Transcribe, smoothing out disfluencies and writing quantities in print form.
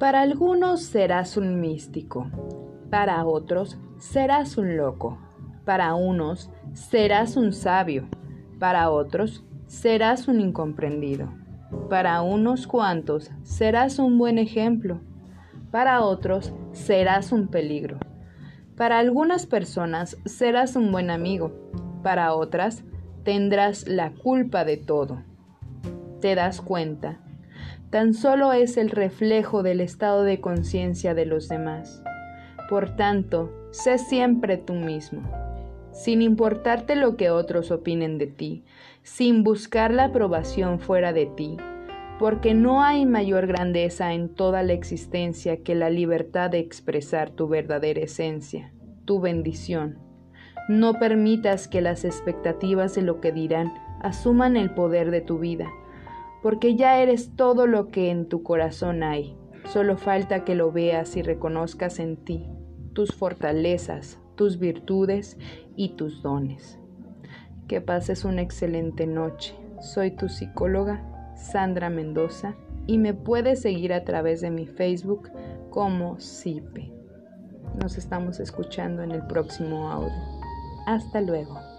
Para algunos serás un místico, para otros serás un loco, para unos serás un sabio, para otros serás un incomprendido, para unos cuantos serás un buen ejemplo, para otros serás un peligro. Para algunas personas serás un buen amigo, para otras tendrás la culpa de todo. ¿Te das cuenta? Tan solo es el reflejo del estado de conciencia de los demás. Por tanto, sé siempre tú mismo, sin importarte lo que otros opinen de ti, sin buscar la aprobación fuera de ti, porque no hay mayor grandeza en toda la existencia que la libertad de expresar tu verdadera esencia, tu bendición. No permitas que las expectativas de lo que dirán asuman el poder de tu vida, porque ya eres todo lo que en tu corazón hay. Solo falta que lo veas y reconozcas en ti tus fortalezas, tus virtudes y tus dones. Que pases una excelente noche. Soy tu psicóloga, Sandra Mendoza, y me puedes seguir a través de mi Facebook como Sipe. Nos estamos escuchando en el próximo audio. Hasta luego.